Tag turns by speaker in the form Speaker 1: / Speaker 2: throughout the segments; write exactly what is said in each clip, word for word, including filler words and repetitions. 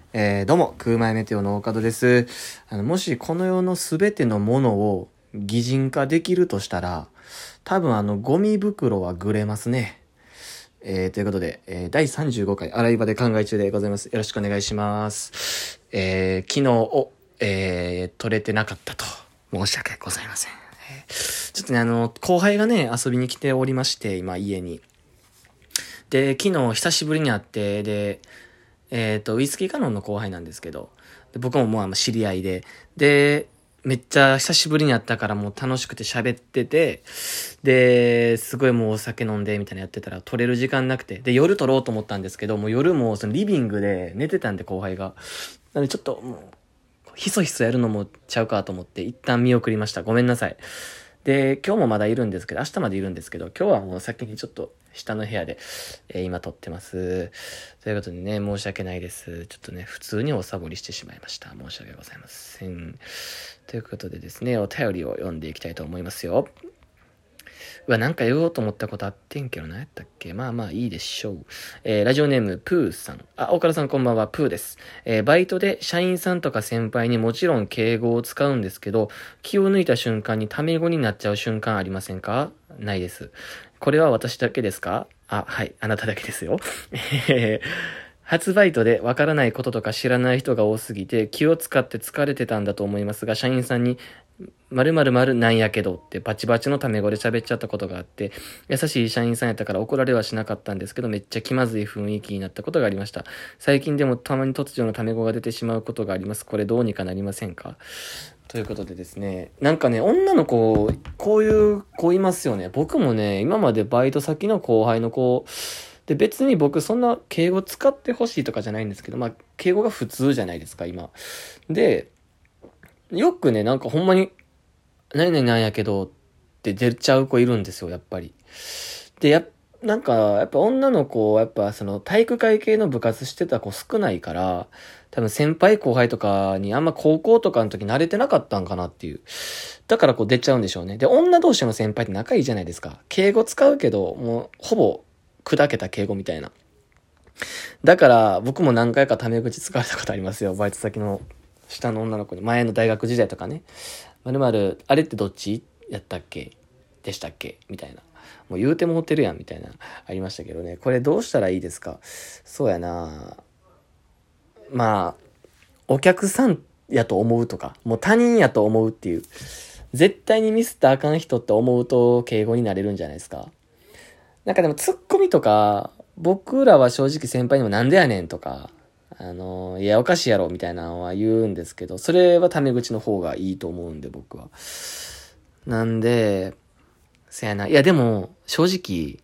Speaker 1: えー、どうも、空前メテオの岡戸です。あの、もしこの世のすべてのものを擬人化できるとしたら、多分あの、ゴミ袋はグレますね。えー、ということで、えー、だいさんじゅうごかい洗い場で考え中でございます。よろしくお願いします。えー、昨日を、えー、撮れてなかったと申し訳ございません。えー、ちょっとね、あの、後輩がね、遊びに来ておりまして、今家に。で、昨日久しぶりに会って、で、えっと、ウイスキーカノンの後輩なんですけど、で僕ももうあの知り合いで、で、めっちゃ久しぶりに会ったからもう楽しくて喋ってて、で、すごいもうお酒飲んでみたいなやってたら撮れる時間なくて、で、夜撮ろうと思ったんですけど、もう夜もそのリビングで寝てたんで後輩が。なのでちょっともう、ひそひそやるのもちゃうかと思って一旦見送りました。ごめんなさい。で、今日もまだいるんですけど、明日までいるんですけど、今日はもう先にちょっと下の部屋で、えー、今撮ってます。ということでね、申し訳ないです。ちょっとね、普通におサボりしてしまいました。申し訳ございません。ということでですね、お便りを読んでいきたいと思いますよ。うわ、なんか言おうと思ったことあってんけど、何やったっけ。まあまあいいでしょう。えー、ラジオネーム、プーさん。あ、岡田さんこんばんは、プーです。えー、バイトで社員さんとか先輩にもちろん敬語を使うんですけど、気を抜いた瞬間にタメ語になっちゃう瞬間ありませんか？ないです。これは私だけですか？あ、はい、あなただけですよ。えー初バイトでわからないこととか知らない人が多すぎて気を使って疲れてたんだと思いますが、社員さんに〇〇〇なんやけどってバチバチのタメ語で喋っちゃったことがあって、優しい社員さんやったから怒られはしなかったんですけど、めっちゃ気まずい雰囲気になったことがありました。最近でもたまに突如のタメ語が出てしまうことがあります。これどうにかなりませんか？ということでですね、なんかね、女の子、こういう子いますよね。僕もね、今までバイト先の後輩の子、で、別に僕そんな敬語使ってほしいとかじゃないんですけど、まあ、敬語が普通じゃないですか、今。で、よくね、なんかほんまに、何々なんやけどって出ちゃう子いるんですよ、やっぱり。で、やなんか、やっぱ女の子、やっぱその体育会系の部活してた子少ないから、多分先輩後輩とかにあんま高校とかの時慣れてなかったんかなっていう。だからこう出ちゃうんでしょうね。で、女同士の先輩って仲いいじゃないですか。敬語使うけど、もうほぼ砕けた敬語みたいな。だから僕も何回かタメ口使われたことありますよ。バイト先の下の女の子に。前の大学時代とかね。まるまる、あれってどっちやったっけでしたっけみたいな。もう言うてもほってるやんみたいな。ありましたけどね。これどうしたらいいですか？そうやなまあ、お客さんやと思うとか、もう他人やと思うっていう。絶対にミスったらあかん人って思うと敬語になれるんじゃないですか？なんかでもツッコミとか、僕らは正直先輩にもなんでやねんとか、あの、いやおかしいやろみたいなのは言うんですけど、それはタメ口の方がいいと思うんで僕は。なんで、せやな。いやでも、正直、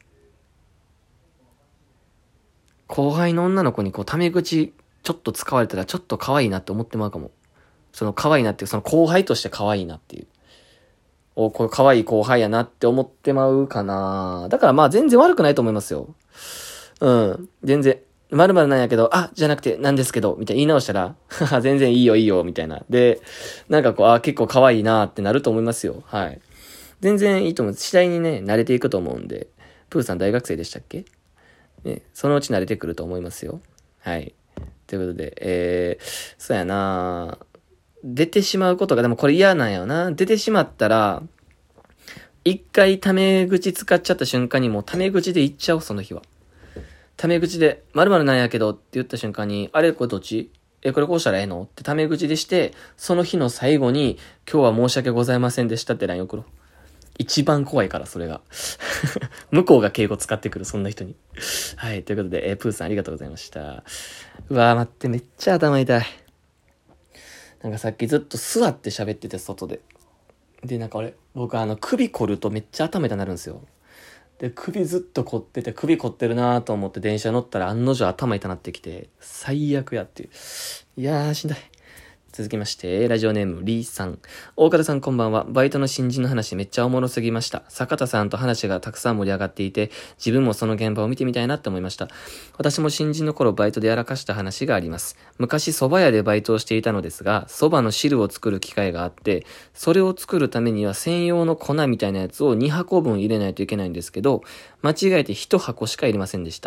Speaker 1: 後輩の女の子にこうタメ口ちょっと使われたらちょっと可愛いなって思ってまうかも。その可愛いなっていう、その後輩として可愛いなっていう。お、これ可愛い後輩やなって思ってまうかな。だからまあ全然悪くないと思いますよ。うん。全然。〇〇なんやけど、あ、じゃなくて、なんですけど、みたいな言い直したら、はは、全然いいよいいよ、みたいな。で、なんかこう、あ、結構可愛いなってなると思いますよ。はい。全然いいと思う。次第にね、慣れていくと思うんで。プーさん大学生でしたっけ？ね、そのうち慣れてくると思いますよ。はい。ということで、えー、そうやな出てしまうことが、でもこれ嫌なんやな。出てしまったら、一回タメ口使っちゃった瞬間にもうタメ口で言っちゃおう、その日は。タメ口で、〇〇なんやけどって言った瞬間に、あれこれどっち？え、これこうしたらええのってタメ口でして、その日の最後に、今日は申し訳ございませんでしたって ライン 送ろう。一番怖いから、それが。向こうが敬語使ってくる、そんな人に。はい、ということで、えー、プーさんありがとうございました。うわー待って、めっちゃ頭痛い。なんかさっきずっと座って喋ってて、外で。で、なんか俺、僕あの、首凝るとめっちゃ頭痛なるんですよ。で、首ずっと凝ってて、首凝ってるなと思って電車乗ったら案の定頭痛なってきて、最悪やっていう。いやー、しんどい。続きまして、ラジオネーム、リーさん。大方さんこんばんは。バイトの新人の話めっちゃおもろすぎました。坂田さんと話がたくさん盛り上がっていて、自分もその現場を見てみたいなって思いました。私も新人の頃バイトでやらかした話があります。昔蕎麦屋でバイトをしていたのですが、蕎麦の汁を作る機械があって、それを作るためには専用の粉みたいなやつをに箱分入れないといけないんですけど、間違えていち箱しか入れませんでした。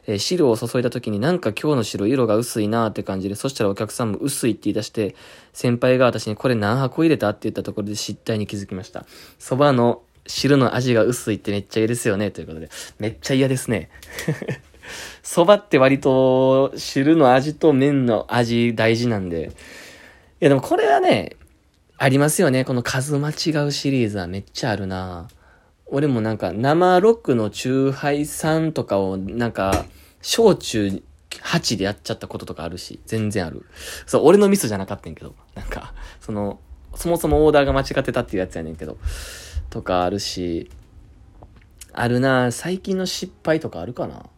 Speaker 1: えー、汁を注いだ時になんか今日の汁色が薄いなーって感じで、そしたらお客さんも薄いって言い出して、先輩が私にこれ何箱入れたって言ったところで失態に気づきました。蕎麦の汁の味が薄いってめっちゃ嫌ですよねということで、めっちゃ嫌ですね。蕎麦って割と汁の味と麺の味大事なんで。いやでもこれはね、ありますよね。この数間違うシリーズはめっちゃあるな。俺もなんか生ロックのチューハイさんとかをなんか焼酎はちでやっちゃったこととかあるし、全然ある。そう、俺のミスじゃなかったんやけど、なんか、その、そもそもオーダーが間違ってたっていうやつやねんけど、とかあるし、あるな。最近の失敗とかあるかな。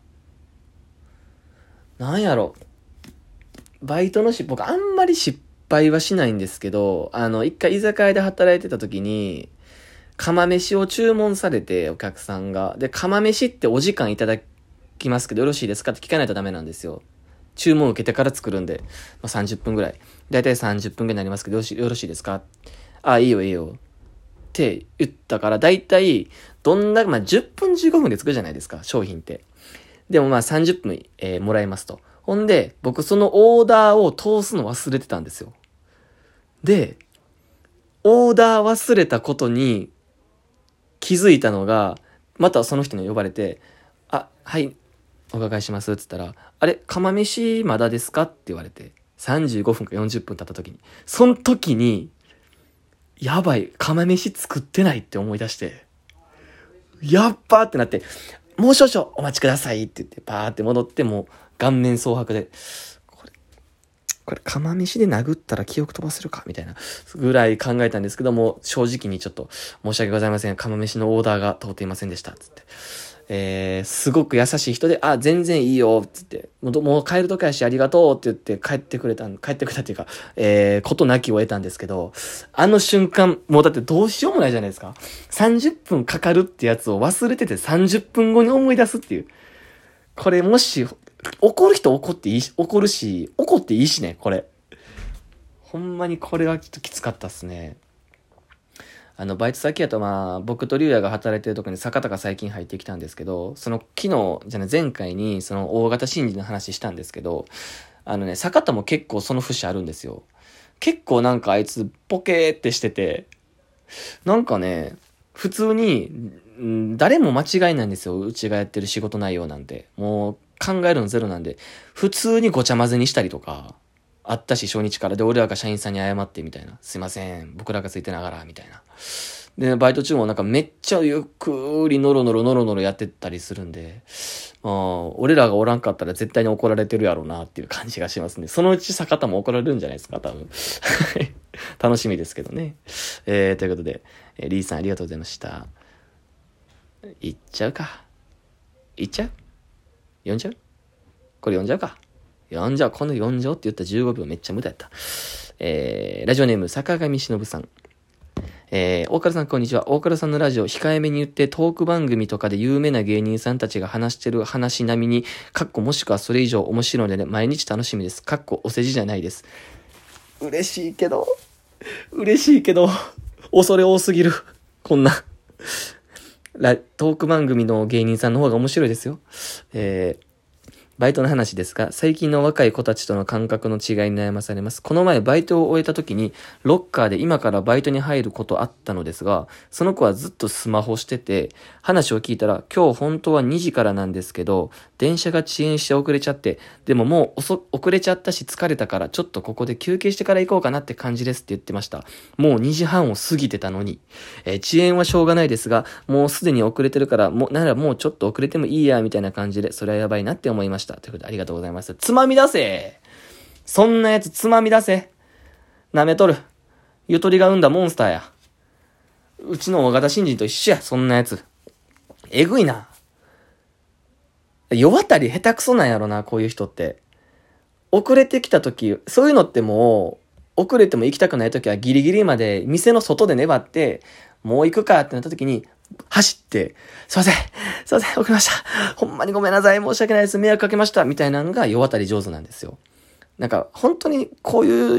Speaker 1: なんやろ。バイトの失敗、僕あんまり失敗はしないんですけど、あの、一回居酒屋で働いてた時に、釜飯を注文されて、お客さんが。で、釜飯ってお時間いただきますけど、よろしいですかって聞かないとダメなんですよ。注文受けてから作るんで、まあ、さんじゅっぷんぐらい。だいたいさんじゅっぷんぐらいになりますけど、よろしよろしいですか？あ、いいよいいよ。って言ったから、だいたい、どんな、まあ、じゅっぷんじゅうごふんで作るじゃないですか、商品って。でもまあさんじゅっぷん、えー、もらえますと。ほんで、僕そのオーダーを通すの忘れてたんですよ。で、オーダー忘れたことに気づいたのが、またその人に呼ばれて、あ、はい、お伺いしますって言ったら、あれ、釜飯まだですかって言われて、さんじゅうごふんかよんじゅっぷん経った時に、その時に、やばい、釜飯作ってないって思い出して、やっばーってなって、もう少々お待ちくださいって言って、パーって戻って、もう顔面蒼白で、これ、これ釜飯で殴ったら記憶飛ばせるかみたいなぐらい考えたんですけども、正直にちょっと申し訳ございません。釜飯のオーダーが通っていませんでした。つって。えー、すごく優しい人で、あ、全然いいよ、つって、もう、もう帰るときやしありがとうって言って帰ってくれた、帰ってくれたっていうか、えー、ことなきを得たんですけど、あの瞬間、もうだってどうしようもないじゃないですか。さんじゅっぷんかかるってやつを忘れててさんじゅっぷんごに思い出すっていう。これもし、怒る人怒っていいし、怒るし、怒っていいしね、これ。ほんまにこれはちょっときつかったっすね。あの、バイト先やとまあ、僕とリュウヤが働いてるとこに坂田が最近入ってきたんですけど、その昨日、じゃね、前回にその大型新人の話したんですけど、あのね、坂田も結構その節あるんですよ。結構なんかあいつポケーってしてて、なんかね、普通に、ん誰も間違いないんですよ。うちがやってる仕事内容なんて。もう考えるのゼロなんで、普通にごちゃ混ぜにしたりとか、あったし、初日から。で、俺らが社員さんに謝ってみたいな。すいません。僕らがついてながら、みたいな。で、バイト中もなんかめっちゃゆっくりノロノロノロノロやってたりするんで、まあ、俺らがおらんかったら絶対に怒られてるやろうなっていう感じがしますね。そのうち坂田も怒られるんじゃないですか、多分。楽しみですけどね。えー、ということで、えー、リーさんありがとうございました。いっちゃうか。いっちゃう？読んじゃう？これ読んじゃうか。読んじゃう。この読んじゃうって言ったじゅうごびょうめっちゃ無駄やった。えー、ラジオネーム坂上忍さん。えー、大倉さんこんにちは。大倉さんのラジオ控えめに言ってトーク番組とかで有名な芸人さんたちが話してる話並みに、かっこもしくはそれ以上面白いので、ね、毎日楽しみです。かっこお世辞じゃないです。嬉しいけど、嬉しいけど、恐れ多すぎる。こんな。トーク番組の芸人さんの方が面白いですよ。えーバイトの話ですが、最近の若い子たちとの感覚の違いに悩まされます。この前バイトを終えた時に、ロッカーで今からバイトに入ることあったのですが、その子はずっとスマホしてて、話を聞いたら、今日本当はにじからなんですけど、電車が遅延して遅れちゃって、でももう遅遅れちゃったし疲れたから、ちょっとここで休憩してから行こうかなって感じですって言ってました。もうにじはんを過ぎてたのに。えー、遅延はしょうがないですが、もうすでに遅れてるから、もうならもうちょっと遅れてもいいや、みたいな感じで、それはやばいなって思いました。ということでありがとうございます。つまみ出せ。そんなやつつまみ出せ。舐めとる。ゆとりが生んだモンスターや。うちの大型新人と一緒や、そんなやつ。えぐいな。世渡り下手くそなんやろな、こういう人って。遅れてきた時、そういうのってもう、遅れても行きたくない時はギリギリまで店の外で粘って、もう行くかってなった時に、走って、すいません、すいません、遅れました。ほんまにごめんなさい、申し訳ないです、迷惑かけました。みたいなのが世渡り上手なんですよ。なんか、本当にこういう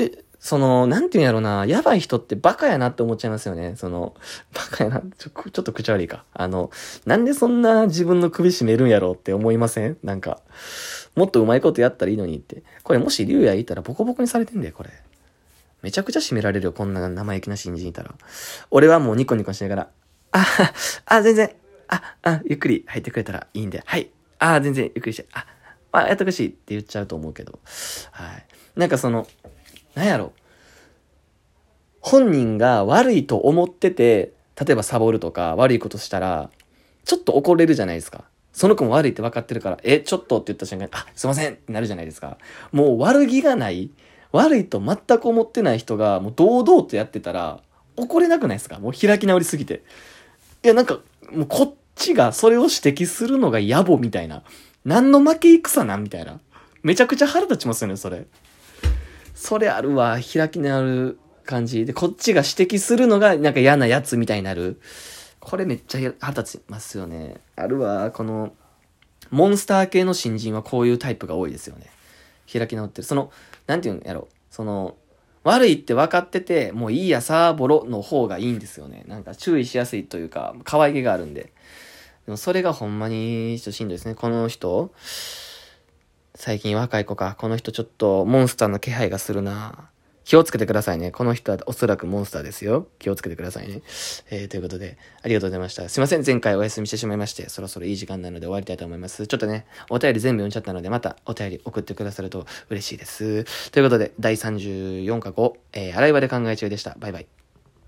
Speaker 1: その、なんていうんやろな、やばい人ってバカやなって思っちゃいますよね。その、バカやな、ちょ、ちょっと口悪いか。あの、なんでそんな自分の首絞めるんやろって思いません？なんか、もっとうまいことやったらいいのにって。これもし竜也いたらボコボコにされてんだよ、これ。めちゃくちゃ締められるよ、こんな生意気な新人いたら。俺はもうニコニコしながら、あ、あ、全然、あ、あ、ゆっくり入ってくれたらいいんで、はい。あ、全然ゆっくりして、あ、あ、やってほしいって言っちゃうと思うけど。はい。なんかその、なんやろ。本人が悪いと思ってて、例えばサボるとか悪いことしたら、ちょっと怒れるじゃないですか。その子も悪いって分かってるから、え、ちょっとって言った瞬間に、あ、すいませんってなるじゃないですか。もう悪気がない、悪いと全く思ってない人が、もう堂々とやってたら、怒れなくないですか？もう開き直りすぎて。いや、なんか、もうこっちがそれを指摘するのが野暮みたいな。何の負け戦なんみたいな。めちゃくちゃ腹立ちますよね、それ。それあるわ。開き直る感じで、こっちが指摘するのがなんか嫌なやつみたいになる。これめっちゃ腹立ちますよね。あるわ。この、モンスター系の新人はこういうタイプが多いですよね。開き直ってる。その、なんていうんやろ。その、悪いって分かってて、もういいやさーボロの方がいいんですよね。なんか注意しやすいというか、可愛げがあるんで。でもそれがほんまにちょっとしんどいですね。この人、最近若い子か。この人ちょっとモンスターの気配がするな。気をつけてくださいね。この人はおそらくモンスターですよ。気をつけてくださいね。えー、ということで、ありがとうございました。すいません。前回お休みしてしまいまして、そろそろいい時間なので終わりたいと思います。ちょっとね、お便り全部読んじゃったので、またお便り送ってくださると嬉しいです。ということで、だいさんじゅうよんかご、えー、洗い場で考え中でした。バイバイ。